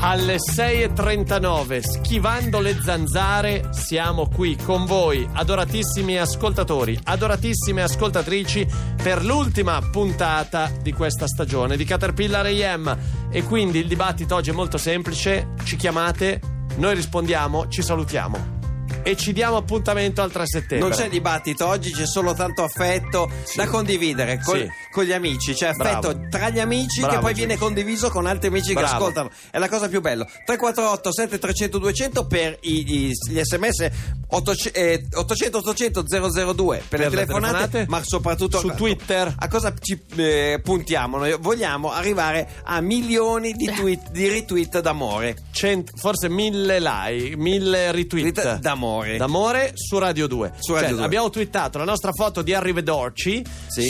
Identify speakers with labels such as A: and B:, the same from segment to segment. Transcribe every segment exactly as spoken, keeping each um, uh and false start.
A: Alle sei e trentanove, schivando le zanzare, siamo qui con voi, adoratissimi ascoltatori, adoratissime ascoltatrici, per l'ultima puntata di questa stagione di Caterpillar A M. E quindi il dibattito oggi è molto semplice: ci chiamate, noi rispondiamo, ci salutiamo e ci diamo appuntamento al tre settembre.
B: Non c'è dibattito, oggi c'è solo tanto affetto sì. da condividere col, sì. con gli amici. C'è affetto Bravo. tra gli amici Bravo, che poi viene condiviso con altri amici Bravo. che ascoltano. È la cosa più bella. tre quattro otto sette tre zero zero due zero zero per i, i, gli sms, ottocento ottocento zero zero due per, per le telefonate, telefonate, ma soprattutto
A: su
B: a,
A: Twitter.
B: A cosa ci eh, puntiamo? Noi vogliamo arrivare a milioni di tweet, di retweet d'amore.
A: Cent, forse mille like, mille retweet
B: d'amore.
A: D'amore su Radio due.
B: Su Radio
A: cioè,
B: due.
A: Abbiamo twittato la nostra foto di Arrivederci
B: sì.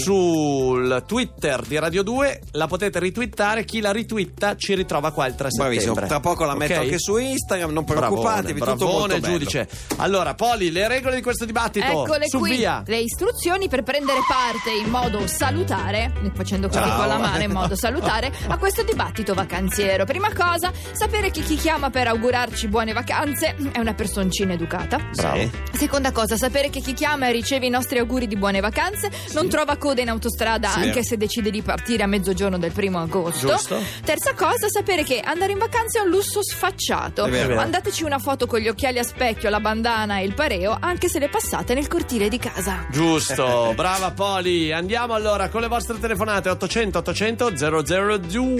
A: sul Twitter di Radio due. La potete ritwittare. Chi la ritwitta ci ritrova qua il tre settembre.
B: Bravissimo. Tra poco la metto okay. anche su Instagram. Non preoccupatevi.
A: Bravone,
B: tutto
A: bravone,
B: molto
A: giudice.
B: bello.
A: Allora, Poli, le regole di questo dibattito.
C: Eccole
A: su
C: qui.
A: Via.
C: Le istruzioni per prendere parte in modo salutare, facendo così
B: Ciao.
C: con la mano in modo salutare, a questo dibattito vacanziero. Prima cosa, sapere che chi chiama per augurarci buone vacanze è una personcina educata.
B: Bravo.
C: Seconda cosa, sapere che chi chiama e riceve i nostri auguri di buone vacanze sì. non trova coda in autostrada sì. anche se decide di partire a mezzogiorno del primo agosto.
A: Giusto.
C: Terza cosa, sapere che andare in vacanza è un lusso sfacciato. Mandateci una foto con gli occhiali a specchio, la bandana e il pareo, anche se le passate nel cortile di casa.
A: Giusto, brava Poli. Andiamo allora con le vostre telefonate. Ottocento ottocento zero zero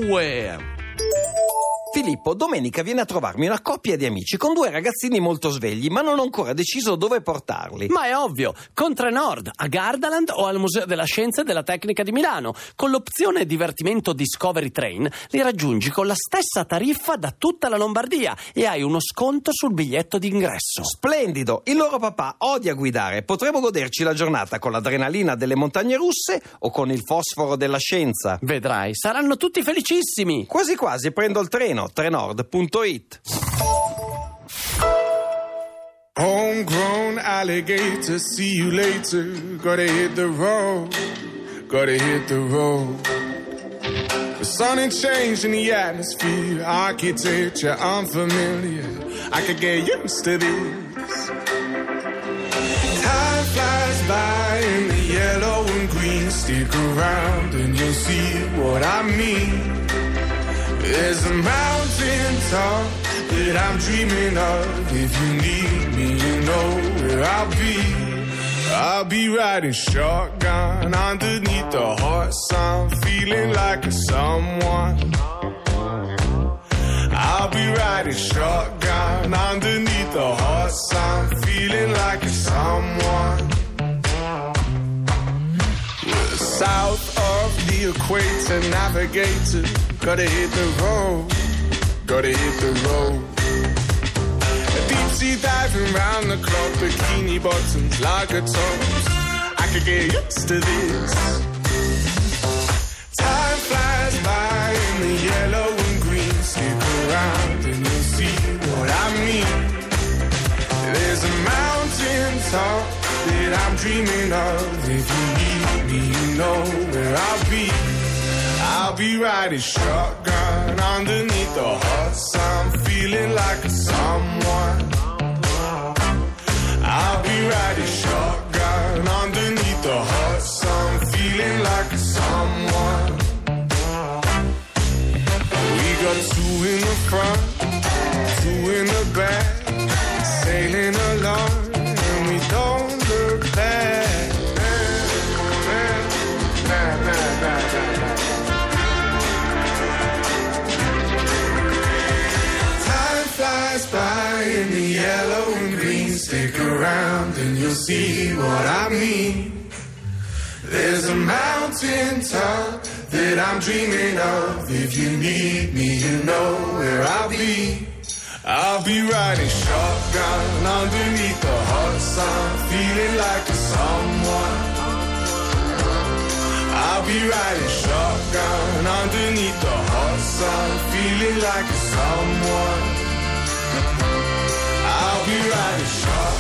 A: due.
B: Filippo, domenica viene a trovarmi una coppia di amici con due ragazzini molto svegli, ma non ho ancora deciso dove portarli.
D: Ma è ovvio, con Trenord, a Gardaland o al Museo della Scienza e della Tecnica di Milano. Con l'opzione divertimento Discovery Train li raggiungi con la stessa tariffa da tutta la Lombardia e hai uno sconto sul biglietto d'ingresso.
B: Splendido! Il loro papà odia guidare. Potremo goderci la giornata con l'adrenalina delle montagne russe o con il fosforo della scienza.
D: Vedrai, saranno tutti felicissimi.
B: Quasi quasi prendo il treno. trenord punto it.
E: Homegrown alligator, see you later. Gotta hit the road, gotta hit the road. The sun ain't changed in the atmosphere, architecture unfamiliar. I could get used to this. Time flies by in the yellow and green. Stick around and you'll see what I mean. There's a mountain top that I'm dreaming of. If you need me, you know where I'll be. I'll be riding shotgun underneath the hot sun, feeling like a someone. I'll be riding shotgun underneath the hot sun, feeling like a someone. We're south of the equator, navigator. Gotta hit the road, gotta hit the road. A deep sea diving round the clock, bikini bottoms, lager tops. I could get used to this. Time flies by in the yellow and green. Stick around and you'll see what I mean. There's a mountain top that I'm dreaming of. If you need me, you know where I'll be. I'll be riding shotgun underneath the hot sun, feeling like a someone. I'll be riding shotgun underneath the hot sun, feeling like a someone. We got two in the front, two in the back, sailing along, and we don't look back. Nah, nah, nah, nah, nah. Flies by in the yellow and green. Stick around and you'll see what I mean. There's a mountain top that I'm dreaming of. If you need me, you know where I'll be. I'll be riding shotgun underneath the hot sun, feeling like a someone. I'll be riding shotgun underneath the hot sun, feeling like a someone. I'll be riding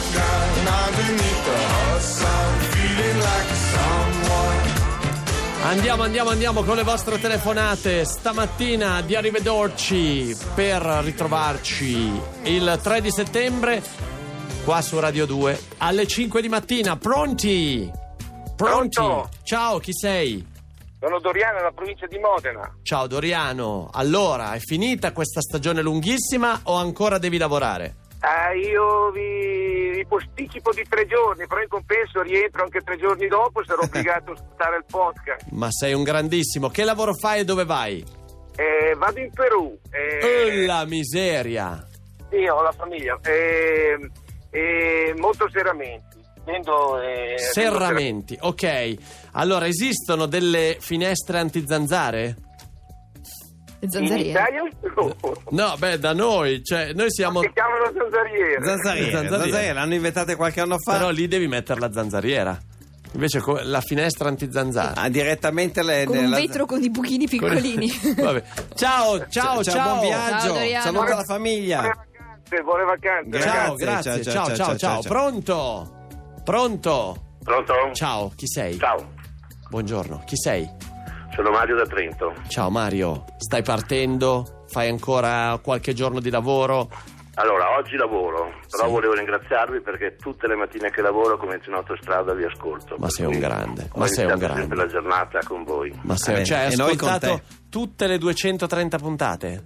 E: shotgun underneath the hot sun, feeling like a someone.
A: Andiamo, andiamo, andiamo con le vostre telefonate. Stamattina di arrivederci per ritrovarci il tre di settembre qua su Radio due alle cinque di mattina. Pronti? Pronti?
F: Pronto?
A: Ciao, chi sei?
F: Sono Doriano, della provincia di Modena.
A: Ciao Doriano. Allora, è finita questa stagione lunghissima o ancora devi lavorare?
F: Eh, io vi, vi posticipo di tre giorni, però in compenso rientro anche tre giorni dopo, sarò obbligato a ascoltare il podcast.
A: Ma sei un grandissimo. Che lavoro fai e dove vai?
F: Eh, vado in Perù. Eh,
A: Oh, la miseria.
F: Sì, ho la famiglia. Eh, eh, molto serramenti. Vendo, eh,
A: Serramenti, ok. Allora, esistono delle finestre antizanzare?
C: Le
F: In
C: zanzariere.
F: Italia? No.
A: No, beh, da noi, cioè, noi siamo...
F: Si chiamano zanzariere.
B: Zanzariere,
A: Zanzariere.
B: zanzariere, l'hanno inventate qualche anno fa.
A: Però lì devi mettere la zanzariera. Invece co- la finestra antizanzara.
B: Ah, direttamente le,
C: Con
B: le-
C: un
B: la-
C: vetro con i buchini piccolini.
A: Vabbè. Ciao, ciao, ciao.
B: Ciao, buon
C: Ciao,
B: viaggio.
C: Doriano.
B: Saluta la famiglia.
F: Buone vacanze, buone vacanze.
B: Ciao,
F: ragazzi.
A: Grazie,
B: ciao,
A: ciao,
B: ciao,
A: ciao,
B: ciao,
A: ciao.
B: ciao.
A: Pronto? Pronto?
G: Pronto?
A: Ciao, chi sei?
G: Ciao,
A: Buongiorno, chi sei?
G: sono Mario da Trento.
A: Ciao Mario, stai partendo? Fai ancora qualche giorno di lavoro?
G: Allora, oggi lavoro, però
A: Sì.
G: volevo ringraziarvi perché tutte le mattine che lavoro, come in autostrada, vi ascolto.
A: Ma sei un
G: Quindi
A: grande,
G: ho
A: ma sei un
G: iniziato
A: grande.
G: sempre la giornata con voi.
A: Ma sei,
B: Vabbè,
A: cioè, hai
B: e noi con
A: ascoltato
B: te.
A: tutte le duecentotrenta puntate?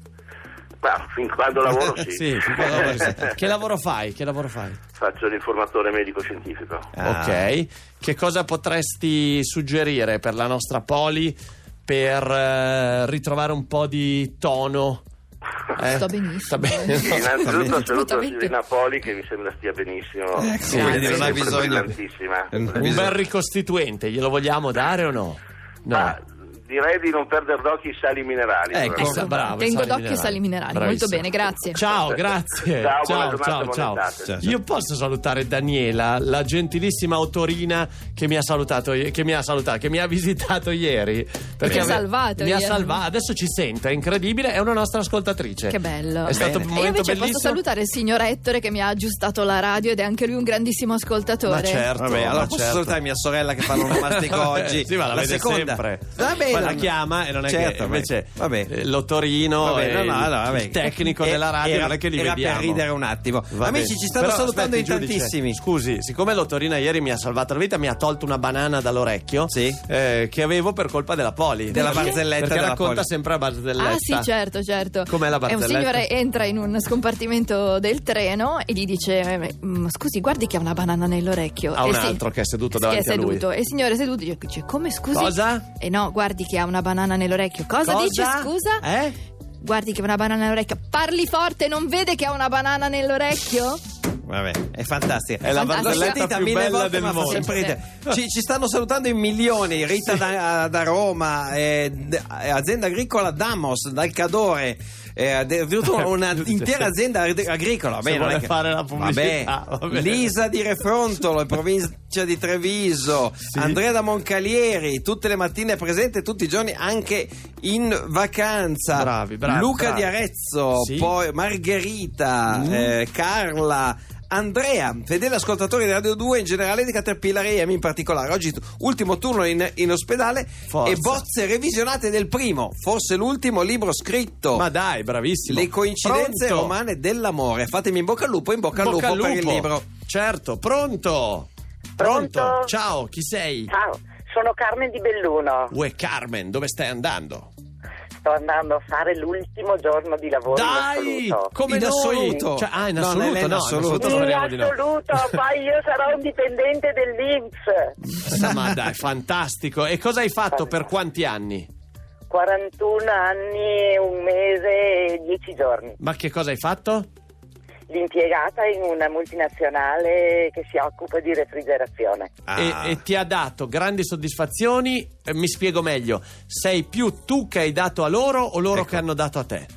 G: Ma fin quando lavoro sì.
A: Sì, fin quando lavori, sì. Che lavoro fai? Che lavoro fai?
G: Faccio l'informatore medico-scientifico.
B: Ah.
A: Ok. Che cosa potresti suggerire per la nostra Poli per eh, ritrovare un po' di tono? Eh?
C: Sto benissimo.
A: Sta bene.
G: Innanzitutto saluto
C: Assolutamente.
G: Silvina Poli che mi sembra stia benissimo.
B: Ecco,
A: Sì,
B: quindi non ha
G: Sempre
B: bisogno.
G: brillantissima.
B: Non ha
A: Un
B: bisogno.
A: bel ricostituente, glielo vogliamo dare o no? No.
G: Ma direi di non perdere d'occhio i sali minerali.
B: Ecco.
G: però.
A: Ecco, bravo,
C: Tengo
A: sali
C: d'occhio
A: minerali.
C: sali minerali.
A: Bravissimo.
C: Molto bene, grazie.
A: Ciao, grazie.
G: Ciao, buona
A: ciao,
G: giornata,
A: ciao,
G: buona
A: ciao.
G: estate.
B: Ciao, ciao.
A: Io posso salutare Daniela, la gentilissima autorina che mi ha salutato, che mi ha salutato, che mi ha visitato ieri. Perché
C: Ti ha
A: ave-
C: salvato
A: Mi ha
C: ieri.
A: salvato, adesso ci sente, è incredibile, è una nostra ascoltatrice.
C: Che bello.
A: È stato un
C: E io
A: momento
C: invece
A: bellissimo.
C: posso salutare il signor Ettore che mi ha aggiustato la radio ed è anche lui un grandissimo ascoltatore.
A: Ma certo,
B: Vabbè, allora
A: ma
B: posso
A: certo.
B: salutare mia sorella che fa l'onomastico oggi.
A: Sì, ma la, vede
B: seconda.
A: sempre.
B: Vabbè,
A: Poi la
B: non-
A: chiama e non è
B: certo,
A: che invece
B: vabbè.
A: eh, l'ottorino
B: Vabbè,
A: e
B: no, no,
A: il,
B: allora, vabbè.
A: il tecnico
B: E-
A: della radio
B: era,
A: non è che li
B: era
A: vediamo.
B: per ridere un attimo.
A: Vabbè.
B: Amici, ci stanno
A: Però,
B: salutando
A: aspetti,
B: in
A: giudice,
B: tantissimi.
A: Scusi, siccome l'ottorina ieri mi ha salvato la vita, mi ha tolto una banana dall'orecchio
B: Sì.
A: eh, che avevo per colpa della Poli.
B: Della
A: Perché-
B: barzelletta
A: Perché
B: della
A: racconta
B: Poli.
A: sempre la barzelletta.
C: Ah sì, certo, certo.
A: Com'è la
C: È un
A: barzelletta?
C: signore entra in un scompartimento del treno e gli dice "Mm, scusi, guardi che ha una banana nell'orecchio".
A: Ha
C: E
A: un
C: sì,
A: altro che è seduto
C: che è
A: davanti a lui.
C: seduto. E il signore seduto dice "Come scusi?".
A: Cosa?
C: E no, guardi che ha una banana nell'orecchio. Cosa,
A: Cosa?
C: dice, scusa?
A: Eh?
C: Guardi che ha una banana nell'orecchio. Parli forte, non vede che ha una banana nell'orecchio?
B: Vabbè, è fantastica.
A: È la
B: L'ho
A: barzelletta
B: sentita
A: più
B: mille
A: bella
B: volte,
A: del
B: ma fa
A: mondo.
B: sempre ridere. Ci, ci stanno salutando in milioni. Rita da, da Roma, eh, d- eh, azienda agricola Damos, dal Cadore. Eh, addirittura un'intera azienda ag- agricola. Vabbè,
A: Se
B: non è
A: vuole
B: che-
A: fare la pubblicità,
B: Vabbè.
A: va bene.
B: Lisa di Refrontolo, in provincia di Treviso.
A: Sì.
B: Andrea da Moncalieri, tutte le mattine è presente, tutti i giorni, anche in vacanza.
A: Bravi, bravi,
B: Luca
A: bravi.
B: di Arezzo,
A: Sì.
B: poi Margherita,
A: Mm.
B: eh, Carla. Andrea, fedele ascoltatore di Radio due, in generale di Caterpillar e Emi in particolare. Oggi ultimo turno in, in ospedale.
A: Forza.
B: E bozze revisionate del primo, forse l'ultimo libro scritto.
A: Ma dai, bravissimo.
B: Le coincidenze
A: Pronto?
B: romane dell'amore. Fatemi in bocca al lupo, in bocca al
A: Bocca
B: lupo,
A: al
B: per il
A: lupo.
B: libro.
A: Certo, pronto?
H: Pronto?
A: Ciao, chi sei?
H: Ciao, sono Carmen di Belluno.
A: Uè Carmen, dove stai andando?
H: Sto andando a fare l'ultimo giorno di lavoro
A: Dai,
H: in assoluto.
A: come
B: In
A: noi.
B: assoluto?
A: Cioè, ah, in
B: No,
A: assoluto,
B: Nella, in
A: no,
B: assoluto.
A: in assoluto
H: In
A: speriamo di no.
H: assoluto, poi io sarò un dipendente dell'I N P S.
A: Ma dai, fantastico. E cosa hai fatto per quanti anni?
H: quarantuno anni, un mese e dieci giorni.
A: Ma che cosa hai fatto?
H: L'impiegata in una multinazionale che si occupa di refrigerazione.
B: Ah.
A: E, e ti ha dato grandi soddisfazioni? Eh, mi spiego meglio. Sei più tu che hai dato a loro o loro
B: Ecco.
A: che hanno dato a te?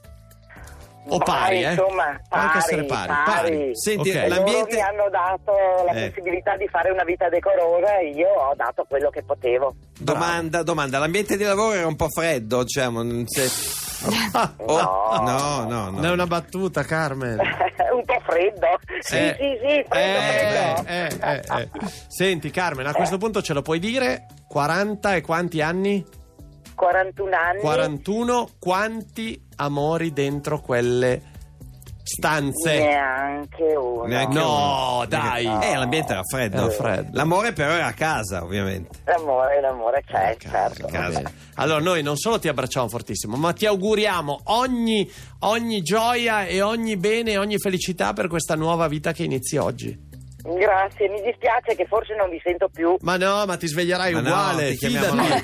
A: O
H: Ma,
A: pari, eh?
H: insomma,
A: Può anche
H: pari,
A: essere pari.
H: pari.
B: Senti,
A: Ok.
H: E loro
B: l'ambiente-
H: mi hanno dato la
B: Eh.
H: possibilità di fare una vita decorosa e io ho dato quello che potevo.
B: Domanda, domanda. L'ambiente di lavoro era un po' freddo, diciamo. non se-
A: Ah,
B: Oh,
H: No.
B: no, no,
A: non è
B: no.
A: una battuta, Carmen.
H: Un po' freddo. Sì,
A: Eh,
H: sì, sì, freddo,
A: eh,
H: freddo.
A: eh, eh, eh. Senti Carmen, a questo punto ce lo puoi dire? quaranta e quanti anni?
H: quarantuno anni.
A: quarantuno, quanti amori dentro quelle stanze?
H: Neanche uno.
B: Neanche
A: No,
B: uno.
A: dai.
B: Eh, l'ambiente era freddo.
A: Era freddo.
B: L'amore però era a casa, ovviamente.
H: L'amore, l'amore c'è,
A: A casa,
H: certo.
A: va bene. Allora noi non solo ti abbracciamo fortissimo, ma ti auguriamo ogni, ogni gioia e ogni bene e ogni felicità per questa nuova vita che inizi oggi.
H: Grazie, mi dispiace che forse non vi sento più.
A: Ma no, ma ti sveglierai
B: Ma no,
A: uguale,
B: ti chiamiamo
A: fidati.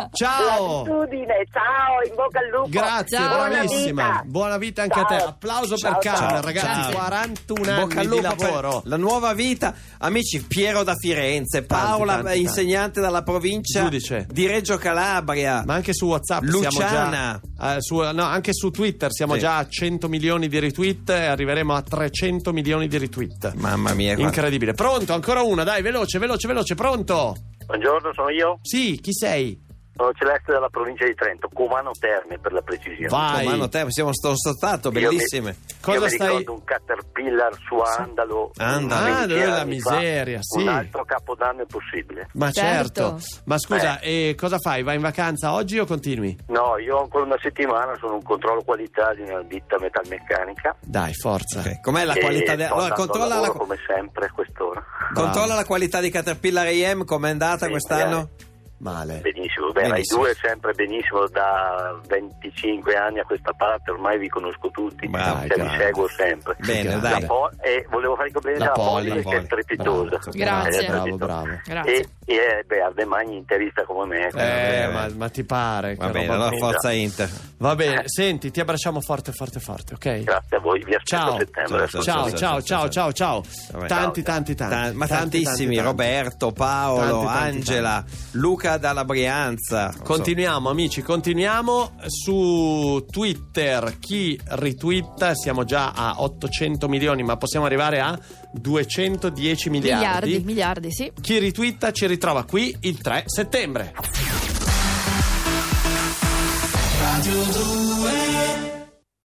A: Ciao.
H: L'attitudine, ciao, in bocca al lupo.
A: Grazie,
C: Ciao.
A: bravissima.
H: Buona vita.
A: Buona vita anche a te.
H: Ciao.
A: Applauso
H: Ciao,
A: per Carmen,
H: ciao.
A: ragazzi.
B: Ciao.
A: quarantuno anni
B: Bocca al
A: di
B: lupo per
A: lavoro.
B: la nuova vita. Amici, Piero da Firenze, Paola,
A: tanti, tanti.
B: insegnante dalla provincia
A: Giudice.
B: di Reggio Calabria.
A: Ma anche su WhatsApp
B: Luciana.
A: siamo già eh, su, no, anche su Twitter siamo
B: Sì.
A: già a cento milioni di retweet e arriveremo a trecento milioni di retweet.
B: Mamma mia, guarda.
A: Incredibile. Pronto? Ancora una, dai, veloce, veloce, veloce. Pronto?
G: Buongiorno, sono io.
A: Sì, chi sei?
G: Sono Celeste dalla provincia di Trento, Comano Terme per la precisione.
A: Vai.
B: Comano te, siamo stato,
G: Io
B: bellissime.
G: mi,
A: Cosa
G: io mi
A: stai-
G: ricordo un Caterpillar su Andalo.
B: Andalo.
G: quindici
A: Ah, dove è la
G: anni fa.
A: miseria, sì.
G: Un altro capodanno è possibile.
A: Ma certo.
C: Certo.
A: Ma scusa, e cosa fai? Vai in vacanza oggi o continui?
G: No, io ho ancora una settimana, sono un controllo qualità di una ditta metalmeccanica.
A: Dai, forza.
B: Ok, com'è la
G: e
B: qualità di...
G: sto
B: Allora,
G: andando al
B: controlla la...
G: lavoro come sempre a quest'ora.
B: controlla la qualità di Caterpillar A M, com'è andata
G: Sì,
B: quest'anno?
A: Male.
G: Benissimo, beh, ma i
B: Benissimo.
G: due sempre benissimo da venticinque anni a questa parte, ormai vi conosco tutti,
B: Bravo,
G: cioè, vi
A: grande.
G: seguo sempre.
B: Bene,
A: Che
B: dai.
G: La po- e volevo fare i complimenti
A: La
G: alla
A: Poli,
G: Poli,
A: la
G: che è
A: Poli.
G: strepitosa.
A: Bravo,
C: Grazie.
G: È
A: Bravo,
G: strepitosa.
A: bravo.
C: Grazie.
G: E, e beh, Ardemagni interista come me.
A: Eh, ma, ma ti pare?
B: Va
A: che
B: bene,
A: roba
B: allora
A: brutta.
B: forza Inter.
A: Va bene, senti, ti abbracciamo forte, forte, forte, ok?
G: Grazie a voi, vi aspetto
A: Ciao.
G: a settembre.
B: Ciao,
A: Ciao,
B: ciao,
A: ciao, ciao, ciao, ciao.
B: Vabbè.
A: Tanti,
G: Ciao,
A: tanti, tanti.
B: Ta- ma
A: Tanti,
B: tantissimi,
A: tanti, tanti.
B: Roberto, Paolo,
A: Tanti, tanti,
B: Angela, Luca dalla Brianza. Non so.
A: Continuiamo amici, continuiamo su Twitter. Chi ritwitta, siamo già a ottocento milioni, ma possiamo arrivare a duecentodieci miliardi.
C: Miliardi, miliardi, sì.
A: Chi ritwitta ci ritrova qui il tre settembre.
E: Radio due